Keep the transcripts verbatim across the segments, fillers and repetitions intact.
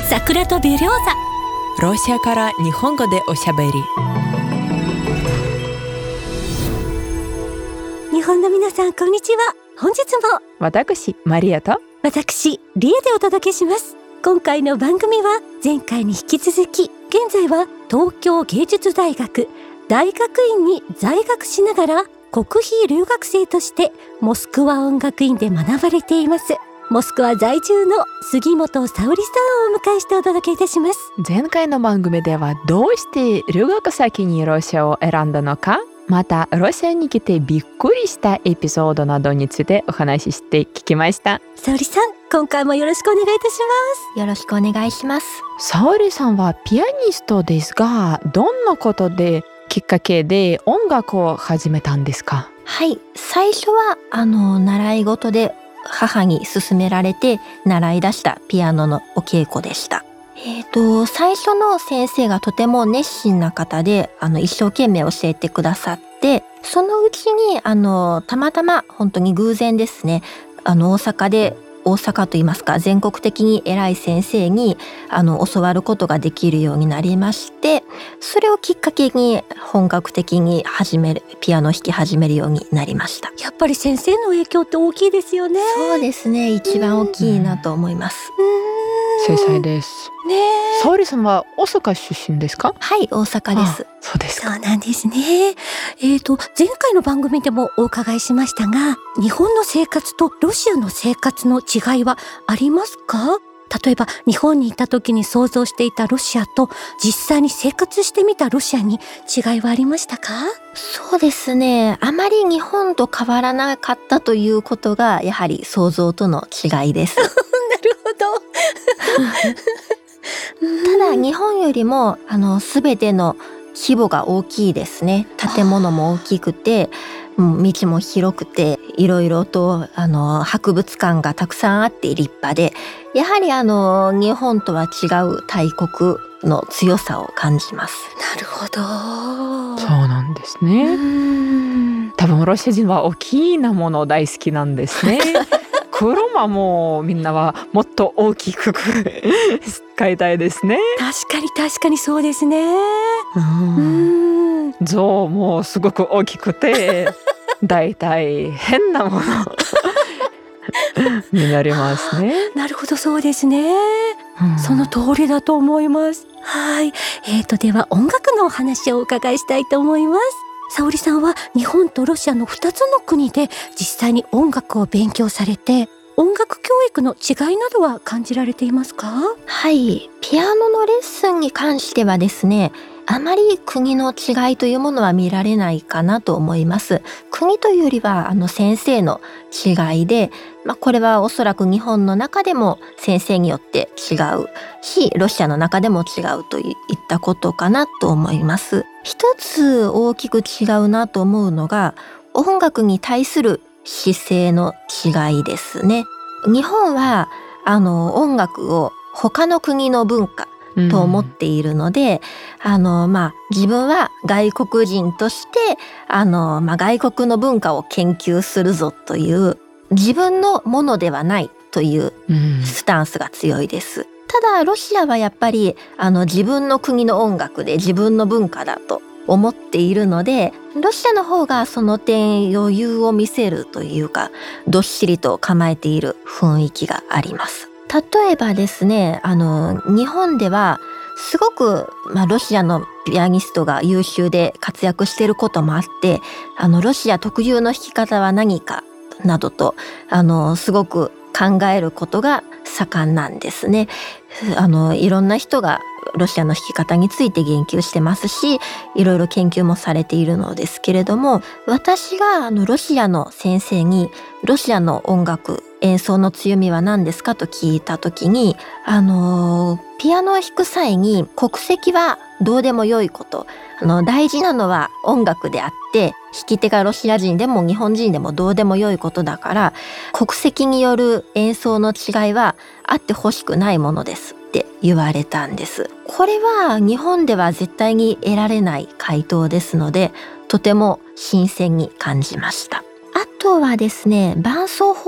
桜とベリョーザ。 ロシアから日本語でおしゃべり。 日本の皆さん、こんにちは。本日も私マリアと私リエでお届けします。今回の番組は前回に引き続き、現在は東京芸術大学大学院に在学しながら国費留学生としてモスクワ音楽院で学ばれていますモスクワ在住の杉本沙織さんをお迎えしてお届けいたします。 前回の番組ではどうして留学先にロシアを選んだのか、またロシアに来てびっくりしたエピソードなどについてお話しして聞きました。 沙織さん、今回もよろしくお願いいたします。 よろしくお願いします。 沙織さんはピアニストですが、どんなことできっかけで音楽を始めたんですか？ はい、最初はあの習い事で母に勧められて習い出したピアノのお稽古でした。えーと、最初の先生がとても熱心な方で、あの一生懸命教えてくださって、そのうちにあのたまたま本当に偶然ですね、あの大阪で大阪といいますか全国的に偉い先生にあの教わることができるようになりまして、それをきっかけに本格的に始めるピアノを弾き始めるようになりました。 やっぱり先生の影響って大きいですよね。 そうですね、一番大きいなと思います。 正解ですね。 沙織さんは大阪出身ですか？ はい、大阪です。 そうですか。 そうなんですね。えーと前回の番組でもお伺いしましたが、日本の生活とロシアの生活の違いはありますか？例えば日本にいた時に想像していたロシアと実際に生活してみたロシアに違いはありましたか？ そうですね、あまり日本と変わらなかったということがやはり想像との違いですなるほどただ日本よりもあの全ての規模が大きいですね。建物も大きくて、うん道も広くて、いろいろとあの博物館がたくさんあって立派で、やはりあの日本とは違う大国の強さを感じます。 なるほど。 そうなんですね。 うーん多分ロシア人は大きなもの大好きなんですね車もみんなはもっと大きく買いたいですね。 確かに確かにそうですね。 ううんん象もすごく大きくてだいたい変なものになりますね。 なるほど、そうですね。 うんその通りだと思います。はい。えーと、では音楽のお話をお伺いしたいと思います。沙織さんは日本とロシアのふたつの国で実際に音楽を勉強されて、音楽教育の違いなどは感じられていますか？ はい、ピアノのレッスンに関してはですね、あまり国の違いというものは見られないかなと思います。国というよりはあの先生の違いで、まあ、これはおそらく日本の中でも先生によって違うし、ロシアの中でも違うといったことかなと思います。一つ大きく違うなと思うのが、音楽に対する姿勢の違いですね。日本はあの音楽を他の国の文化と思っているので、うん、あのまあ自分は外国人としてあの、まあ、外国の文化を研究するぞという自分のものではないというスタンスが強いです。うん、ただロシアはやっぱりあの自分の国の音楽で自分の文化だと思っているので、ロシアの方がその点余裕を見せるというか、どっしりと構えている雰囲気があります。例えばですね、あの日本ではすごく、まあ、ロシアのピアニストが優秀で活躍していることもあって、あのロシア特有の弾き方は何かなどとあのすごく考えることが盛んなんですね。あのいろんな人がロシアの弾き方について言及してますし、いろいろ研究もされているのですけれども、私があのロシアの先生にロシアの音楽演奏の強みは何ですかと聞いたときに、あのピアノを弾く際に国籍はどうでもよいこと、あの大事なのは音楽であって、弾き手がロシア人でも日本人でもどうでもよいことだから、国籍による演奏の違いはあってほしくないものですって言われたんです。これは日本では絶対に得られない回答ですので、とても新鮮に感じました。あとはですね、伴奏法と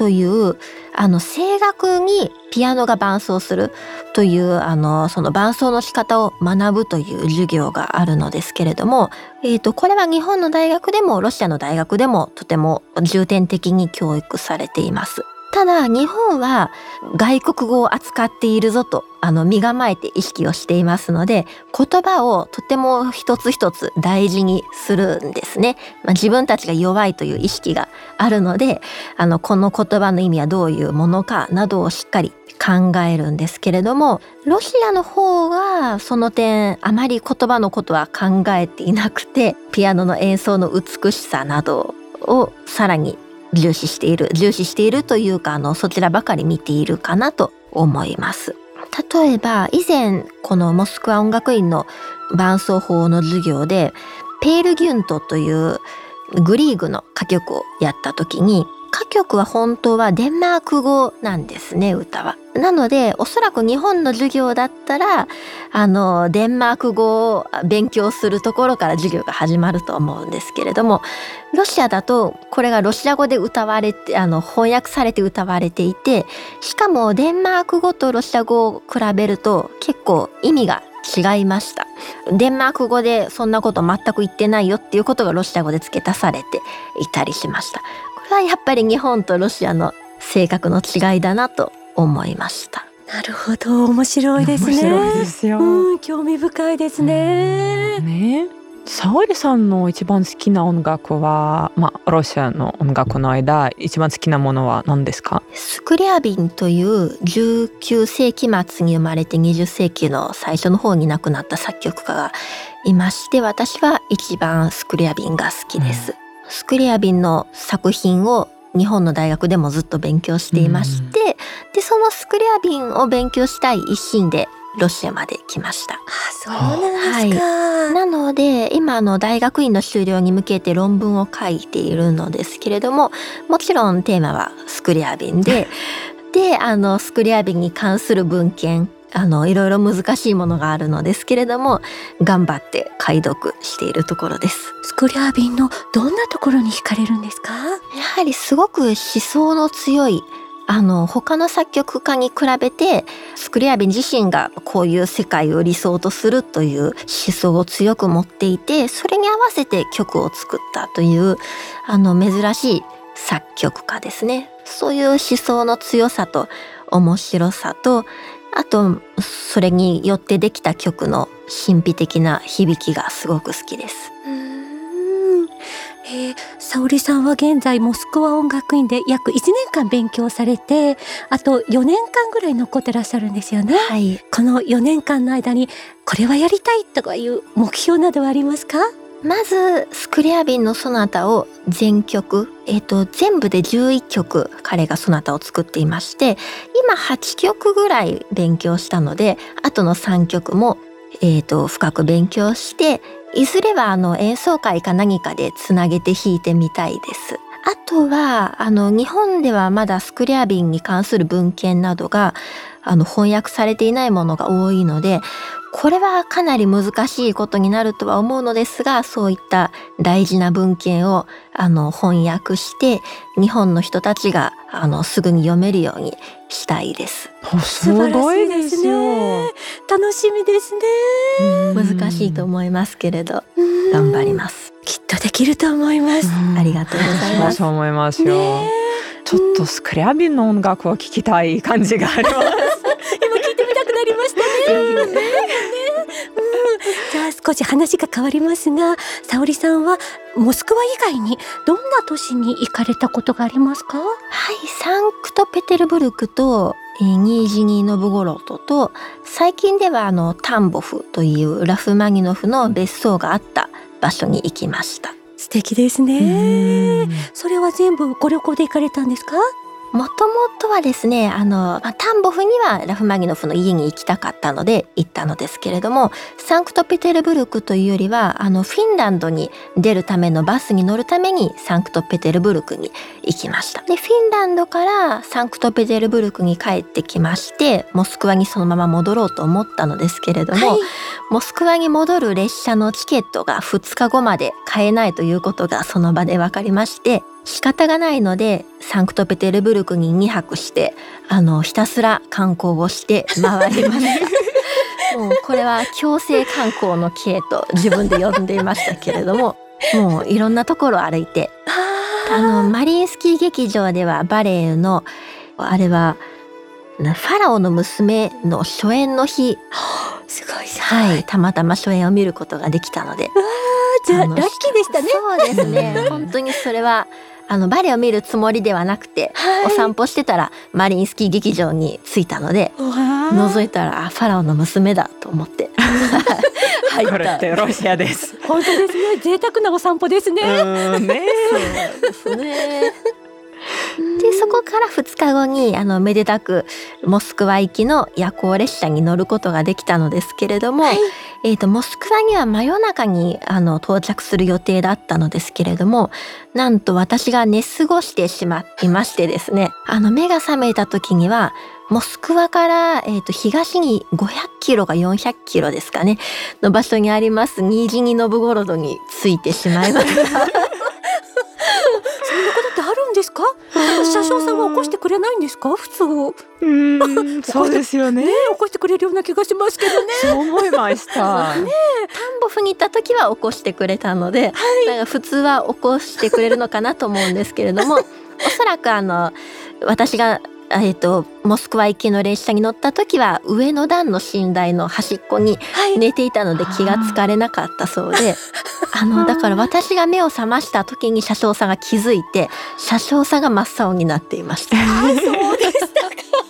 というあの声楽にピアノが伴奏するというあのその伴奏の仕方を学ぶという授業があるのですけれども、えーと、これは日本の大学でもロシアの大学でもとても重点的に教育されています。ただ日本は外国語を扱っているぞとあの身構えて意識をしていますので、言葉をとても一つ一つ大事にするんですね。まあ、自分たちが弱いという意識があるので、あのこの言葉の意味はどういうものかなどをしっかり考えるんですけれども、ロシアの方がその点あまり言葉のことは考えていなくて、ピアノの演奏の美しさなどをさらに重視している重視しているというか、あのそちらばかり見ているかなと思います。例えば以前このモスクワ音楽院の伴奏法の授業でペールギュントというグリーグの歌曲をやった時に、歌曲は本当はデンマーク語なんですね、歌は。なのでおそらく日本の授業だったらあのデンマーク語を勉強するところから授業が始まると思うんですけれども、ロシアだとこれがロシア語で歌われてあの翻訳されて歌われていて、しかもデンマーク語とロシア語を比べると結構意味が違いました。デンマーク語でそんなこと全く言ってないよっていうことがロシア語で付け足されていたりしました。これはやっぱり日本とロシアの性格の違いだなと思いました。 なるほど、面白いですね。 面白いですよ。 うん、興味深いですね。 ね。沙織さんの一番好きな音楽は、まあ、ロシアの音楽の間一番好きなものは何ですか？ スクリャビンというじゅうきゅうせいき末に生まれてにじゅっせいきの最初の方に亡くなった作曲家がいまして、私は一番スクリャビンが好きです。うん、スクリャビンの作品を日本の大学でもずっと勉強していまして、うん、でそのスクリャビンを勉強したい一心でロシアまで来ました。 あ、そうなんですか。 はい、なので今の大学院の修了に向けて論文を書いているのですけれども、もちろんテーマはスクリャビンでであのスクリャビンに関する文献、あのいろいろ難しいものがあるのですけれども、頑張って解読しているところです。 スクリャビンのどんなところに惹かれるんですか？ やはりすごく思想の強い、あの他の作曲家に比べてスクリャビン自身がこういう世界を理想とするという思想を強く持っていて、それに合わせて曲を作ったというあの珍しい作曲家ですね。そういう思想の強さと面白さと、あとそれによってできた曲の神秘的な響きがすごく好きです。 うーん、えー、沙織さんは現在モスクワ音楽院で約いちねんかん勉強されて、あとよねんかんぐらい残ってらっしゃるんですよね。 はい、 このよねんかんの間にこれはやりたいとかいう目標などはありますか？ まずスクリャビンのソナタを全曲、えーと、全部でじゅういっきょく彼がソナタを作っていまして、今はちきょくぐらい勉強したので、あとのさんきょくも、えーと、深く勉強して、いずれはあの演奏会か何かでつなげて弾いてみたいです。あとはあの日本ではまだスクリャビンに関する文献などがあの翻訳されていないものが多いので、これはかなり難しいことになるとは思うのですが、そういった大事な文献をあの翻訳して日本の人たちがあのすぐに読めるようにしたいです。 すごいですよ。 楽しみですね。 難しいと思いますけれど頑張ります。 きっとできると思います。 ありがとうございます。 そう思いますよ。ちょっとスクリャビンの音楽を聴きたい感じがあります。 今聞いてみたくなりましたね。じゃあ少し話が変わりますが、沙織さんはモスクワ以外にどんな都市に行かれたことがありますか？ はい、サンクトペテルブルクとニージニーノブゴロトと、最近ではあのタンボフというラフマニノフの別荘があった場所に行きました。 素敵ですね。それは全部ご旅行で行かれたんですか？ もともとはですね、あの、まあ、タンボフにはラフマニノフの家に行きたかったので行ったのですけれども、サンクトペテルブルクというよりはあのフィンランドに出るためのバスに乗るためにサンクトペテルブルクに行きました。でフィンランドからサンクトペテルブルクに帰ってきまして、モスクワにそのまま戻ろうと思ったのですけれども、はい、モスクワに戻る列車のチケットがふつかごまで買えないということがその場で分かりまして、 仕方がないのでサンクトペテルブルクににはくしてあのひたすら観光をして回りましたもうこれは強制観光の刑と自分で呼んでいましたけれどももういろんなところを歩いてあのマリインスキー劇場ではバレエのあれはファラオの娘の初演の日すごいすごい、 はい、たまたま初演を見ることができたので、 じゃあラッキーでしたね。 そうですね本当にそれはあのバレエを見るつもりではなくて、はい、お散歩してたらマリインスキー劇場に着いたので覗いたらファラオの娘だと思って入った。これってロシアです本当ですね、贅沢なお散歩ですね。 うんねそうですねでそこからふつかごにあのめでたくモスクワ行きの夜行列車に乗ることができたのですけれども、はい、えーと、モスクワには真夜中にあの到着する予定だったのですけれども、なんと私が寝過ごしてしまいましてですねあの目が覚めた時にはモスクワから、えーと、東にごひゃくキロかよんひゃくキロですかねの場所にありますニージニ・ノブゴロドに着いてしまいましたそんなことってあるんですか？車掌さんは起こしてくれないんですか？普通うーんそうですよね。 ね起こしてくれるような気がしますけどね。 そう思いましたねタンボフに行った時は起こしてくれたので、はい、なんか普通は起こしてくれるのかなと思うんですけれどもおそらくあの私がえーと、モスクワ行きの列車に乗った時は上の段の寝台の端っこに寝ていたので気がつかれなかったそうで、はい、あのだから私が目を覚ました時に車掌さんが気づいて車掌さんが真っ青になっていました。 そうでしたか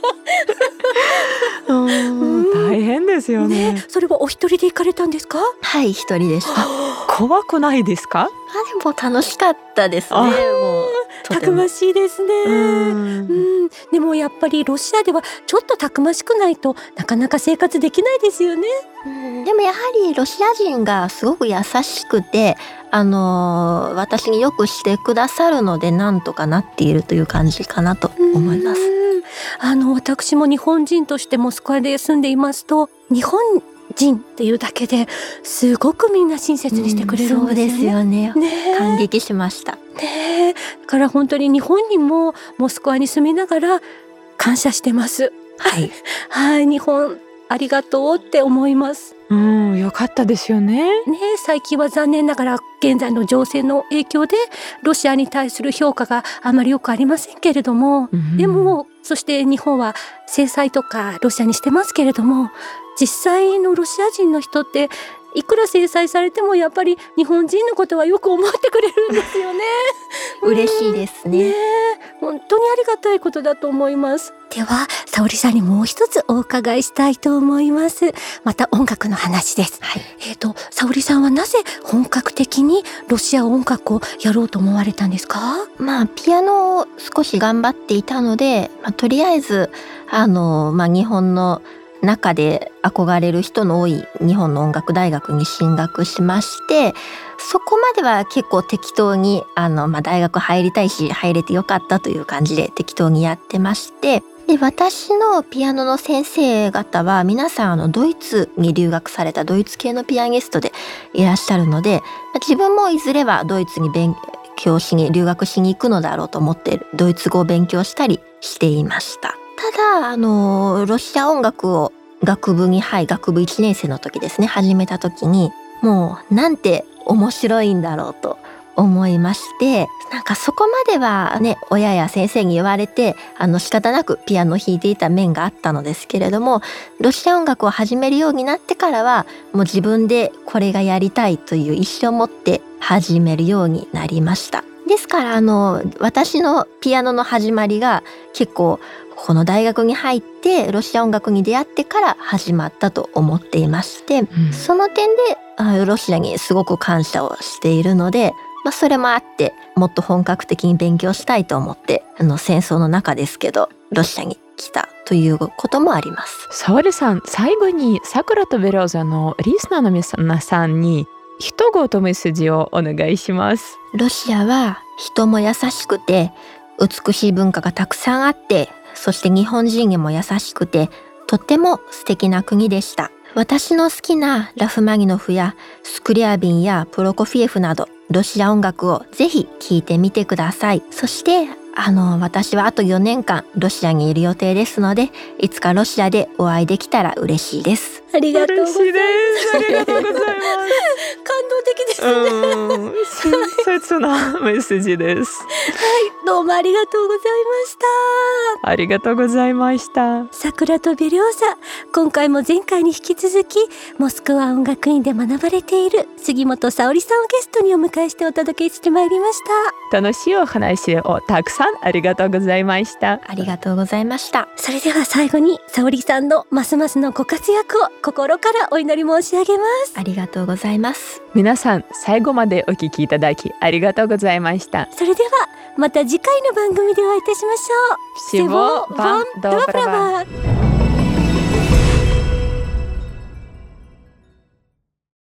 大変ですよ ね, ねそれはお一人で行かれたんですか？ はい一人でした。 怖くないですか？ あでも楽しかったですね。もうたくましいですね。うんうんでもやっぱりロシアではちょっとたくましくないとなかなか生活できないですよね。 うんでもやはりロシア人がすごく優しくてあのー、私によくしてくださるのでなんとかなっているという感じかなと思います。 あの私も日本人としてモスクワで住んでいますと日本人っていうだけですごくみんな親切にしてくれるんですよね。 うん、そうですよね。 ね感激しました。 ねだから本当に日本にもモスクワに住みながら感謝してます。 はいはい日本ありがとうって思います。 うんよかったですよね。 ね最近は残念ながら現在の情勢の影響でロシアに対する評価があまりよくありませんけれども、うん、でもそして日本は制裁とかロシアにしてますけれども実際のロシア人の人っていくら制裁されてもやっぱり日本人のことはよく思ってくれるんですよね嬉しいですね。 ね本当にありがたいことだと思います。では沙織さんにもう一つお伺いしたいと思います。また音楽の話です、 はい、 えーと沙織さんはなぜ本格的にロシア音楽をやろうと思われたんですか？ まあピアノを少し頑張っていたので、まあ、とりあえずあの、まあ、日本の中で憧れる人の多い日本の音楽大学に進学しましてそこまでは結構適当にあの、まあ、大学入りたいし入れてよかったという感じで適当にやってましてで私のピアノの先生方は皆さんあのドイツに留学されたドイツ系のピアニストでいらっしゃるので自分もいずれはドイツに勉強しに留学しに行くのだろうと思ってドイツ語を勉強したりしていました。ただあのロシア音楽を学部に入学部いちねん生の時ですね始めた時にもうなんて面白いんだろうと思いましてなんかそこまではね親や先生に言われてあの仕方なくピアノを弾いていた面があったのですけれどもロシア音楽を始めるようになってからはもう自分でこれがやりたいという意思を持って始めるようになりました。ですからあの私のピアノの始まりが結構この大学に入ってロシア音楽に出会ってから始まったと思っていまして、うん、その点でロシアにすごく感謝をしているので、まあ、それもあってもっと本格的に勉強したいと思ってあの戦争の中ですけどロシアに来たということもあります。 沙織さん最後にサクラとベローザのリスナーの皆さんに一言メッセージをお願いします。 ロシアは人も優しくて美しい文化がたくさんあってそして日本人にも優しくてとっても素敵な国でした。私の好きなラフマニノフやスクリアビンやプロコフィエフなどロシア音楽をぜひ聴いてみてください。そしてあの私はあとよねんかんロシアにいる予定ですので、いつかロシアでお会いできたら嬉しいです。 ありがとうございます。 嬉しいです。ありがとうございます。 感動的ですね。 うん親切なメッセージです。 はい、どうもありがとうございました。 ありがとうございました。 桜とベリョーザ、今回も前回に引き続きモスクワ音楽院で学ばれている杉本沙織さんをゲストにお迎えしてお届けしてまいりました。 楽しいお話をたくさんありがとうございました。 ありがとうございました。 それでは最後に沙織さんのますますのご活躍を心からお祈り申し上げます。 ありがとうございます。 皆さん最後までお聞きいただきありがとうございました。 それではまた次回の番組でお会いいたしましょう。 Всего вам доброго.